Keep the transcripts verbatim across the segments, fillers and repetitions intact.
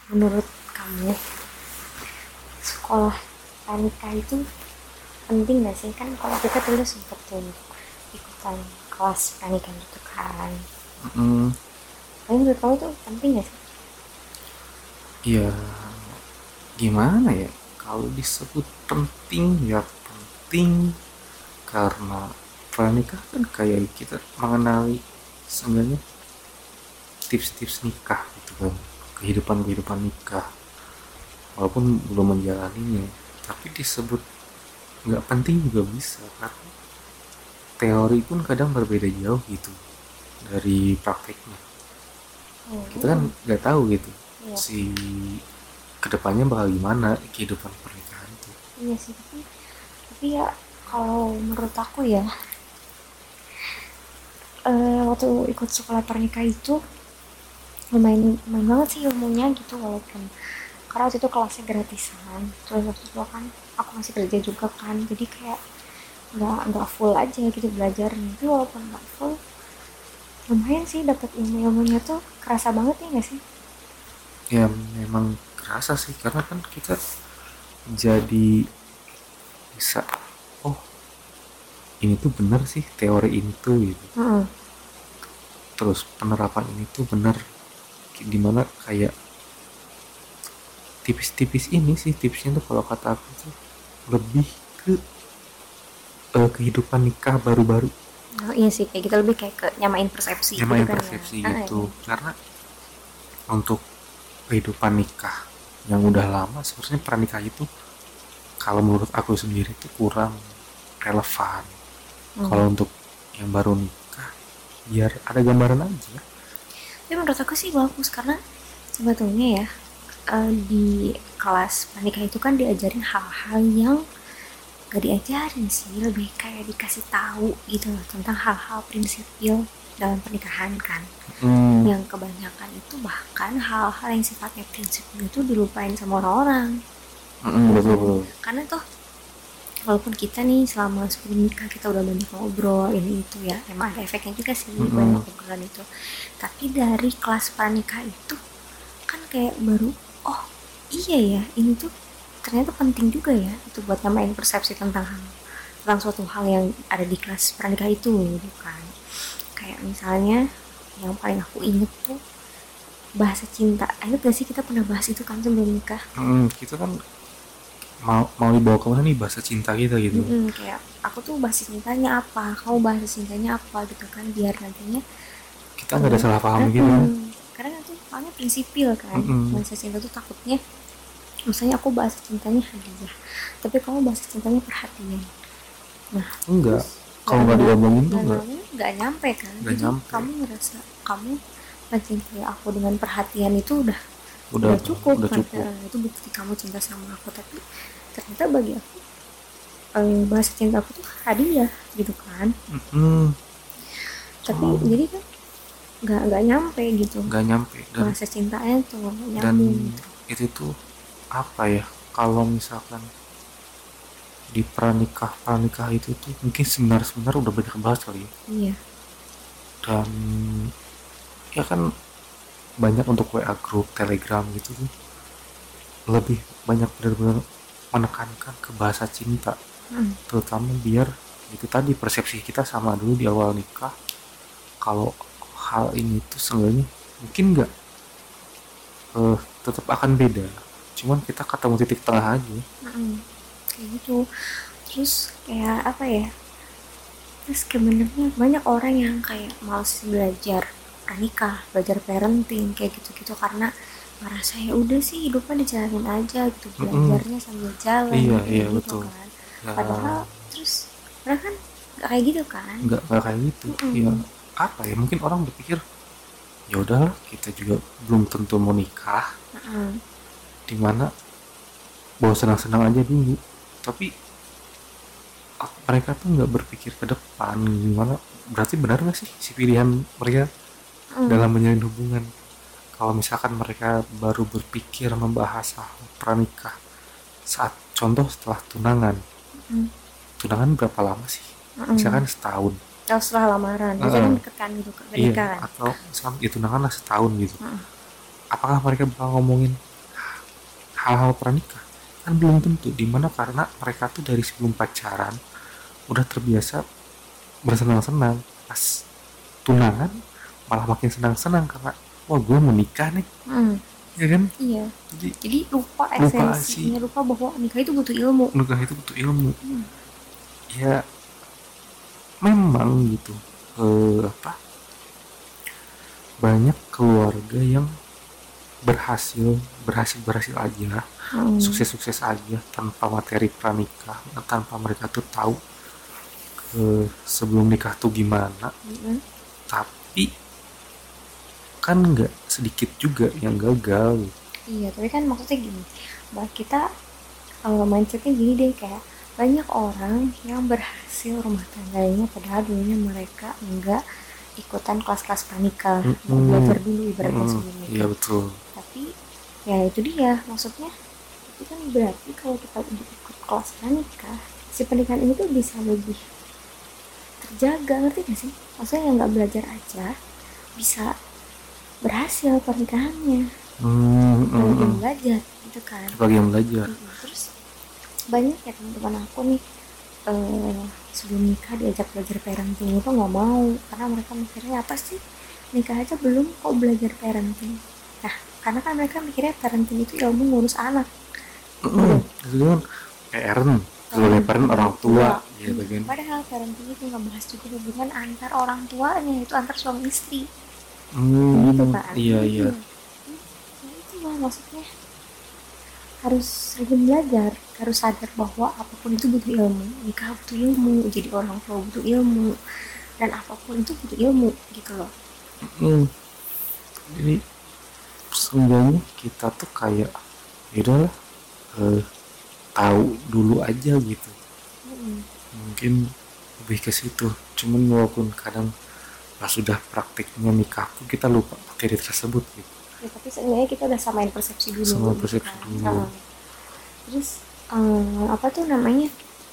menurut kamu sekolah pranikah itu penting gak sih? Kan kalau kita dulu sempet tuh ikutan kelas pranikah gitu kan. Mm, Tapi menurut kamu tuh penting gak sih? ya gimana ya? Kalau disebut penting ya penting karena pernikah kan kayak kita mengenali seenggaknya tips-tips nikah gitu kan, kehidupan-kehidupan nikah walaupun belum menjalaninya. Tapi disebut nggak penting juga bisa karena teori pun kadang berbeda jauh gitu dari prakteknya. Hmm, Kita kan hmm, nggak tahu gitu iya, si kedepannya bakal gimana kehidupan pernikahan itu. iya sih. Tapi, tapi ya kalau menurut aku ya, eh, waktu ikut sekolah pranikah itu lumayan lumayan banget sih ilmunya gitu walaupun karena waktu itu kelasnya gratisan terus waktu itu kan aku masih kerja juga kan jadi kayak nggak nggak full aja gitu belajarnya tapi walaupun nggak full lumayan sih dapat ilmu-ilmunya tuh kerasa banget ya nggak sih. Ya memang kerasa sih karena kan kita jadi bisa, oh ini tuh benar sih teori ini tuh gitu, Heeh. terus penerapan ini tuh benar, dimana kayak tipis-tipis ini sih tipsnya tuh kalau kata aku tuh lebih ke eh, kehidupan nikah baru-baru, Oh, iya sih kayak gitu lebih kayak ke nyamain persepsi gitu nyamain kan ya. persepsi Ah, gitu. iya. Karena untuk kehidupan nikah yang udah lama sebenarnya pernikah itu kalau menurut aku sendiri itu kurang relevan. Hmm. Kalau untuk yang baru nikah biar ada gambaran aja. Tapi menurut aku sih bagus karena sebetulnya ya eh, di kelas pranikah itu kan diajarin hal-hal yang gak diajarin sih lebih kayak dikasih tahu gitu loh tentang hal-hal prinsipil dalam pernikahan kan Hmm, yang kebanyakan itu bahkan hal-hal yang sifatnya prinsipil itu dilupain sama orang-orang mm, ya betul kan betul. karena tuh walaupun kita nih selama sebelum nikah kita udah banyak ngobrol ini itu ya emang ada efeknya juga sih banyak Mm-mm. obrolan itu tapi dari kelas pranikah itu kan kayak baru oh iya ya ini tuh ternyata penting juga ya itu buat namain persepsi tentang hal tentang suatu hal yang ada di kelas pranikah itu gitu kan kayak misalnya yang paling aku inget tuh bahasa cinta inget gak sih kita pernah bahas itu kan sebelum nikah. Mm, kita kan mau mau dibawa kemana nih bahasa cinta kita gitu. Mm-mm, kayak aku tuh bahasa cintanya apa kamu bahasa cintanya apa gitu kan biar nantinya Kita nggak ada biar salah paham gitu kan. mm karena nanti soalnya prinsipil kan Mm-mm. bahasa cinta tuh takutnya misalnya aku bahasa cintanya hadiah tapi kamu bahasa cintanya perhatian nah Enggak, terus kalau nggak nggak nyam diomongin tuh nggak nggak nyampe nggak nyampe kan nggak jadi nyampe. kamu ngerasa kamu mencintai aku dengan perhatian itu udah Udah udah cukup udah kan. cukup. Eh, itu bukti kamu cinta sama aku tapi ternyata bagi aku eh, bahasa cinta aku tuh hadiah gitu kan Mm-mm. tapi Oh, jadi kan nggak nggak nyampe gitu nggak nyampe. dan bahasa cintanya tuh nggak dan nyambung gitu. itu tuh apa ya, kalau misalkan di pranikah pranikah itu tuh mungkin sebenarnya udah banyak bahas kali ya. Iya. Dan ya kan banyak untuk W A grup Telegram gitu tuh lebih banyak benar-benar menekankan ke bahasa cinta, Hmm. terutama biar itu tadi persepsi kita sama dulu di awal nikah. Kalau hal ini tuh seenggaknya mungkin nggak eh, tetap akan beda, cuman kita ketemu titik tengah aja. Hmm. Kayak gitu terus kayak apa ya terus sebenarnya banyak orang yang kayak males belajar pranikah belajar parenting kayak gitu-gitu karena merasa ya udah sih hidupnya dijalanin aja gitu Mm-mm. belajarnya sambil jalan Iya kayak iya gitu betul. kan Ya padahal terus mereka kan gak kayak gitu kan. nggak nggak kayak gitu. Ya Mm-mm. apa ya, mungkin orang berpikir ya udahlah kita juga belum tentu mau nikah, Mm-mm. dimana bawa senang-senang aja dulu. Tapi mereka tuh nggak berpikir ke depan gimana, berarti benar nggak sih si pilihan mereka Mm-mm. dalam menjalin hubungan. Kalau misalkan mereka baru berpikir membahas hal pranikah saat contoh setelah tunangan, Mm-mm. tunangan berapa lama sih, Mm-mm. misalkan setahun. Kalau setelah lamaran biasanya kan Uh-uh. deket kan gitu ke Iya, pernikahan. atau misalkan itu tunangan lah setahun gitu, Mm-mm. apakah mereka bakal ngomongin hal-hal pranikah kan belum tentu, dimana karena mereka tuh dari sebelum pacaran udah terbiasa bersenang-senang, pas tunangan malah makin senang-senang karena wah gue mau nikah nih, Hmm, ya kan? iya. Jadi Jadi lupa lupa sih esensinya, lupa bahwa nikah itu butuh ilmu. nikah itu butuh ilmu. Hmm. Ya memang gitu, eh, apa banyak keluarga yang berhasil berhasil berhasil aja, Hmm. sukses-sukses aja tanpa materi pranikah, tanpa mereka tuh tahu eh, sebelum nikah tuh gimana. Hmm. Tapi kan nggak sedikit juga yang gagal gitu. Iya, tapi kan maksudnya gini, bahwa kita kalau mindsetnya gini deh, kayak banyak orang yang berhasil rumah tangganya padahal dulunya mereka enggak ikutan kelas-kelas pranikah, nggak Mm-mm. belajar dulu ibaratnya Mm-mm. sebelum nikah. Iya betul. Tapi ya itu dia maksudnya, itu kan berarti kalau kita udah ikut kelas pranikah, si pernikahan ini tuh bisa lebih terjaga, ngerti gak sih? Maksudnya yang nggak belajar aja bisa berhasil pernikahannya, Hmm, kalau dia mm-mm. belajar gitu kan. Bagi yang belajar. Mm-mm. Terus banyak ya teman-teman aku nih, eh, sebelum nikah diajak belajar parenting itu nggak mau, karena mereka mikirnya apa sih, nikah aja belum kok belajar parenting. Nah, karena kan mereka mikirnya parenting itu ilmu ngurus anak. Mm-mm. Itu kan parent, sebagai parent orang tua gitu Iya, kan. padahal parenting itu ngebahas juga hubungan antar orang tuanya, itu antar suami istri Hmm, gitu kan. iya iya. Nah, itu lah maksudnya, harus rajin belajar, harus sadar bahwa apapun itu butuh ilmu, nikah butuh ilmu, jadi orang tua butuh ilmu, dan apapun itu butuh ilmu gitu loh. Hmm. Jadi seenggaknya kita tuh kayak ya udahlah, eh, tahu dulu aja gitu. Hmm. Mungkin lebih ke situ. Cuman walaupun kadang pas sudah praktiknya nikah pun kita lupa materi tersebut gitu. Ya, tapi seenggaknya kita udah samain persepsi dulu Sama gitu persepsi kan. dulu. Nah, terus eh, apa tuh namanya,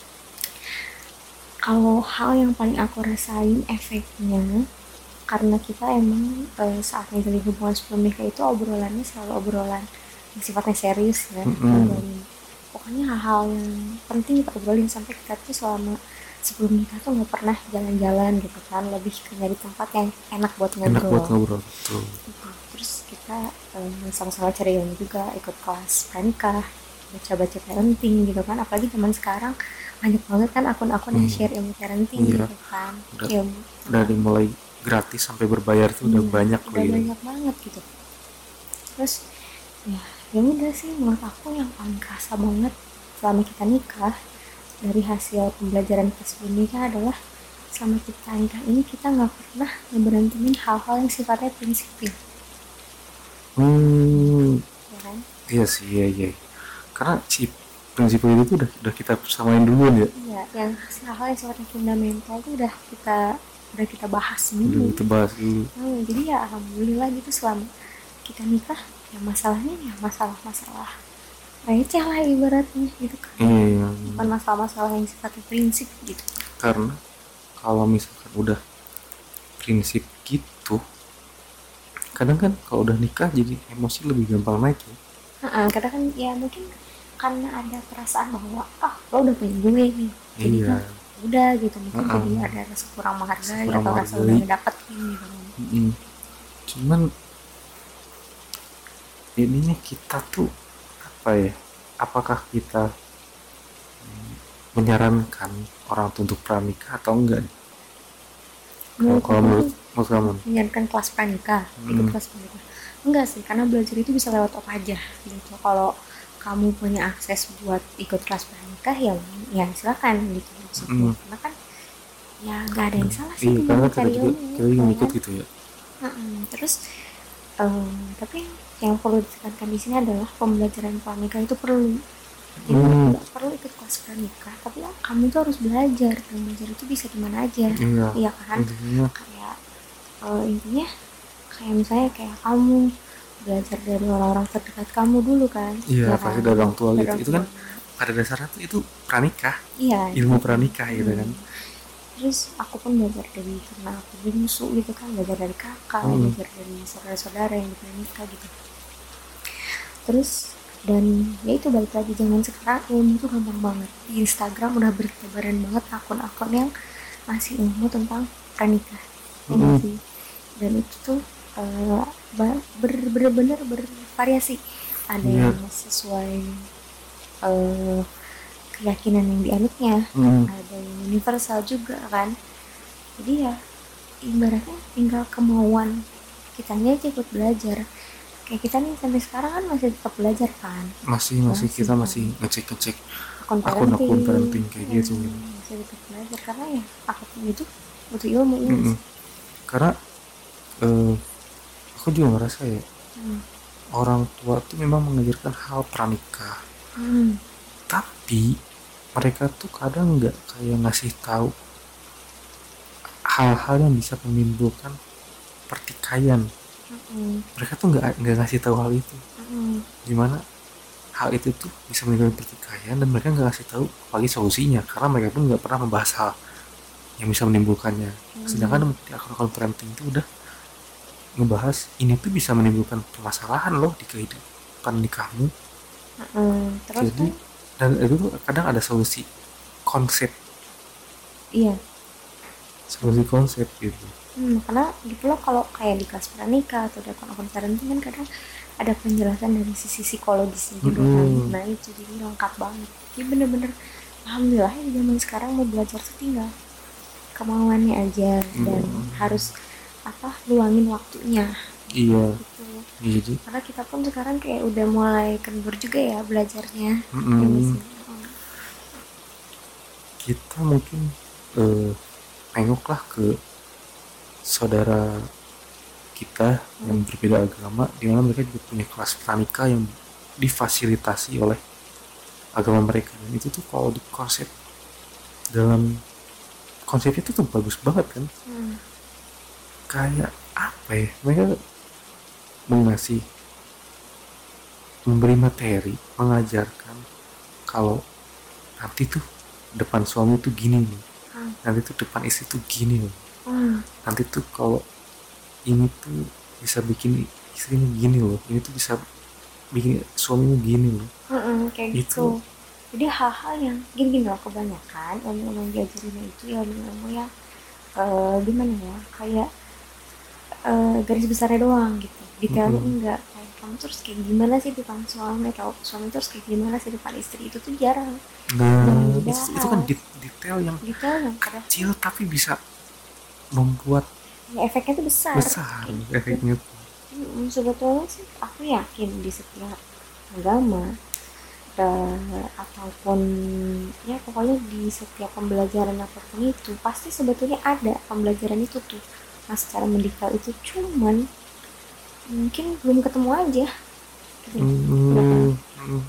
kalau hal yang paling aku rasain efeknya, karena kita emang eh, saat menjalin hubungan sebelum nikah itu obrolannya selalu obrolan yang sifatnya serius ya, Mm-mm. ngobrolin pokoknya hal-hal yang penting kita obrolin, sampai kita tuh selama sebelum nikah tuh nggak pernah jalan-jalan gitu kan, lebih ke nyari tempat yang enak buat Enak buat ngobrol. ngobrol betul. Gitu. Terus kita eh, sama-sama cari ilmu juga, ikut kelas pranikah, baca-baca parenting gitu kan, apalagi zaman sekarang banyak banget kan akun-akun yang Hmm. share ilmu parenting Iya. gitu kan, Udah, ilmu dari mulai gratis sampai berbayar tuh udah iya, banyak udah loh ya. banyak banget gitu. Terus ya ya udah sih, menurut aku yang paling kerasa banget selama kita nikah dari hasil pembelajaran kita sebelum nikah adalah, selama kita nikah ini kita nggak pernah ngeberhentiin hal-hal yang sifatnya prinsipil, Hmm, ya kan. iya sih, iya iya. Karena si prinsip itu tuh udah udah kita samain duluan ya. Iya, yang hal-hal yang sifatnya fundamental itu udah kita udah kita bahas Udah dulu. kita bahas dulu. Hmm, jadi ya alhamdulillah gitu, selama kita nikah ya masalahnya ya masalah-masalah receh lah ibaratnya gitu kan, Iya, bukan masalah-masalah yang sifatnya prinsip gitu. karena kalau misalkan udah prinsip gitu, kadang kan kalau udah nikah jadi emosi lebih gampang naik ya. Heeh, karena kan ya mungkin karena ada perasaan bahwa ah lo udah punya gue nih, jadi Iya. kan udah gitu, mungkin Heeh. jadi ada rasa kurang menghargai Kurang atau rasa menghargai. udah ngedapetin gitu kan. Mm-mm. Cuman ininya kita tuh apa ya? Apakah kita menyarankan orang tuh untuk pranikah atau enggak? Kalau Menurut kalau aku menurut sih menurut kamu? menyarankan kelas pranikah, ikut Hmm. kelas pranikah enggak sih, karena belajar itu bisa lewat apa aja gitu. Kalau kamu punya akses buat ikut kelas pranikah ya ya silakan gitu maksudnya, Hmm. karena kan ya nggak ada yang salah sih Iya, dengan karena kita mencari juga ilmu kita juga ya ngikut kan. gitu ya. Heeh. Terus em, tapi yang perlu ditekankan di sini adalah pembelajaran pranikah itu perlu. Jadi Hmm. nggak perlu ikut kelas pranikah, tapi ya, kamu tuh harus belajar. Dan belajar itu bisa di mana aja, Iya. iya kan? Intinya Kayak eh, intinya kayak misalnya kayak kamu belajar dari orang-orang terdekat kamu dulu kan, iya ya pasti kan? dari orang tua Dari gitu. orang Itu kan tua. pada dasarnya tuh itu pranikah, Iya. ilmu Gitu. pranikah gitu kan. Hmm. Terus aku pun belajar dari, karena aku bungsu gitu kan, belajar dari kakak, Hmm. belajar dari saudara-saudara yang udah nikah gitu. Terus Dan ya itu balik lagi, zaman sekarang ilmu tuh gampang banget, di Instagram udah bertebaran banget akun-akun yang ngasih ilmu tentang pernikahan, ya nggak Mm-mm. sih? Dan itu tuh eh, ba- ber- bener-bener bervariasi, ada Iya. yang sesuai eh, keyakinan yang dianutnya, Mm. ada yang universal juga kan. Jadi ya ibaratnya tinggal kemauan kitanya aja ikut belajar. Kayak kita nih sampai sekarang kan masih tetap belajar kan, masih masih masih kita kan masih ngecek ngecek akun akun-akun parenting, parenting kayak ya, gitu gitu. masih tetap belajar karena ya apapun itu butuh ilmu ini Mm-mm. sih. Karena eh, aku juga ngerasa ya, Hmm. orang tua tuh memang mengajarkan hal pranikah, Hmm. tapi mereka tuh kadang nggak kayak ngasih tahu hal-hal yang bisa menimbulkan pertikaian. Hmm. Mereka tuh nggak nggak ngasih tahu hal itu, Hmm. gimana hal itu tuh bisa menimbulkan pertikaian, dan mereka nggak ngasih tahu apalagi solusinya, karena mereka pun nggak pernah membahas hal yang bisa menimbulkannya. Hmm. Sedangkan di akun-akun parenting itu udah ngebahas ini tuh bisa menimbulkan permasalahan loh di kehidupan nikahmu. Hmm. Terus Jadi, kan dan itu tuh kadang ada solusi konsep, iya. solusi konsep gitu. Hmm, karena gitu loh, kalau kayak di kelas pranikah atau di akun-akun parenting kan kadang ada penjelasan dari sisi psikologisnya juga kan. Mm-mm. Nah itu jadi lengkap banget. Jadi bener-bener alhamdulillah ya, di zaman sekarang mau belajar tuh tinggal kemauannya aja, dan Mm-mm. harus apa, luangin waktunya Iya, gitu. jadi Karena kita pun sekarang kayak udah mulai kendur juga ya belajarnya, ya nggak mm-mm, sih? Hmm. kita mungkin eh, nengoklah ke saudara kita yang Hmm. berbeda agama, di mana mereka juga punya kelas pranikah yang difasilitasi oleh agama mereka, dan itu tuh kalau di konsep dalam konsep itu tuh bagus banget kan. Hmm. Kayak apa ya, mereka mengasih, memberi materi, mengajarkan kalau nanti tuh depan suami tuh gini nih, Hmm. nanti tuh depan istri tuh gini loh, Hmm. nanti tuh kalau ini tuh bisa bikin istrinya gini loh, ini tuh bisa bikin suaminya gini loh. Mm-mm, kayak Itu gitu. Jadi hal-hal yang gini-gini loh, kebanyakan ilmu-ilmu yang diajarin itu ya ilmu-ilmu yang eh, gimana ya, kayak eh, garis besarnya doang gitu, detailnya mm-mm. enggak. Kayak kamu terus kayak gimana sih depan suami, atau suami terus kayak gimana sih depan istri, itu tuh jarang jarang Nah itu, itu kan dibahas. detail yang Detail yang pada kecil tapi bisa membuat ya efeknya tuh besar besar kayak gitu. efeknya tuh. Mm, sebetulnya sih aku yakin di setiap agama, eh, ataupun ya pokoknya di setiap pembelajaran apapun itu pasti sebetulnya ada pembelajaran itu tuh, nah secara mendetail itu, cuman mungkin belum ketemu aja gitu loh. Udah kan? Hmm, hmm,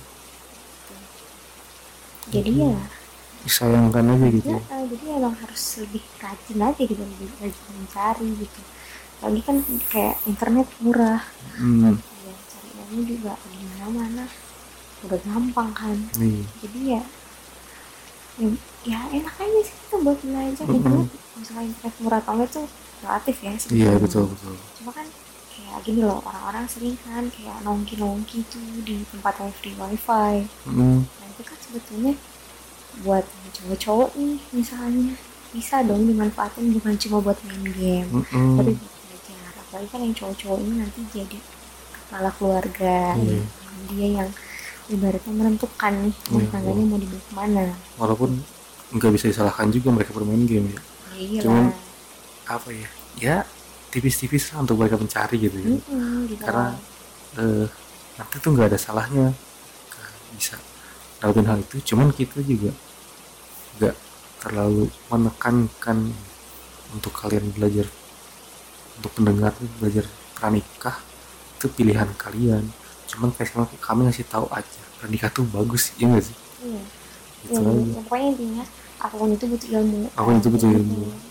Jadi jadi ya, disayangkan aja gitu ya ya. eh, jadi emang harus lebih rajin aja gitu, lebih rajin mencari gitu. Lagi kan kayak internet murah, Hmm, ya cari ilmu juga di mana-mana udah gampang kan. nih. Jadi ya ya, ya enak aja sih kita buat belajar. Mm-mm. Internet, misalnya internet murah atau enggak itu relatif ya Iya sebetulnya. betul betul. Cuma kan kayak gini loh, orang-orang sering kan kayak nongki-nongki tuh di tempat yang free wifi. Mm-mm. Nah itu kan sebetulnya buat cowok-cowok nih misalnya, bisa dong dimanfaatin, bukan cuma buat main game tapi Mm-mm. buat belajar. Apalagi kan yang cowok-cowok ini nanti jadi kepala keluarga ya, Iya, dia yang ibaratnya menentukan nih rumah iya. tangganya Wah. mau dibawa kemana. Walaupun nggak bisa disalahkan juga mereka bermain game ya. Ya iyalah. Cuman apa ya? Ya tipis-tipis lah untuk mereka mencari gitu ya. Mm-mm, gitu Karena loh. eh, nanti tuh nggak ada salahnya kan bisa lakuin hal itu. Cuman kita juga nggak terlalu menekankan untuk kalian belajar, untuk pendengar belajar pranikah itu pilihan kalian. Cuman kayak kami ngasih tahu aja pranikah tuh bagus ya nggak sih, Iya, gitu ilmu aja. ya, pokoknya intinya apapun itu butuh ilmu Aku kan, itu kayak betul gitu. ilmu.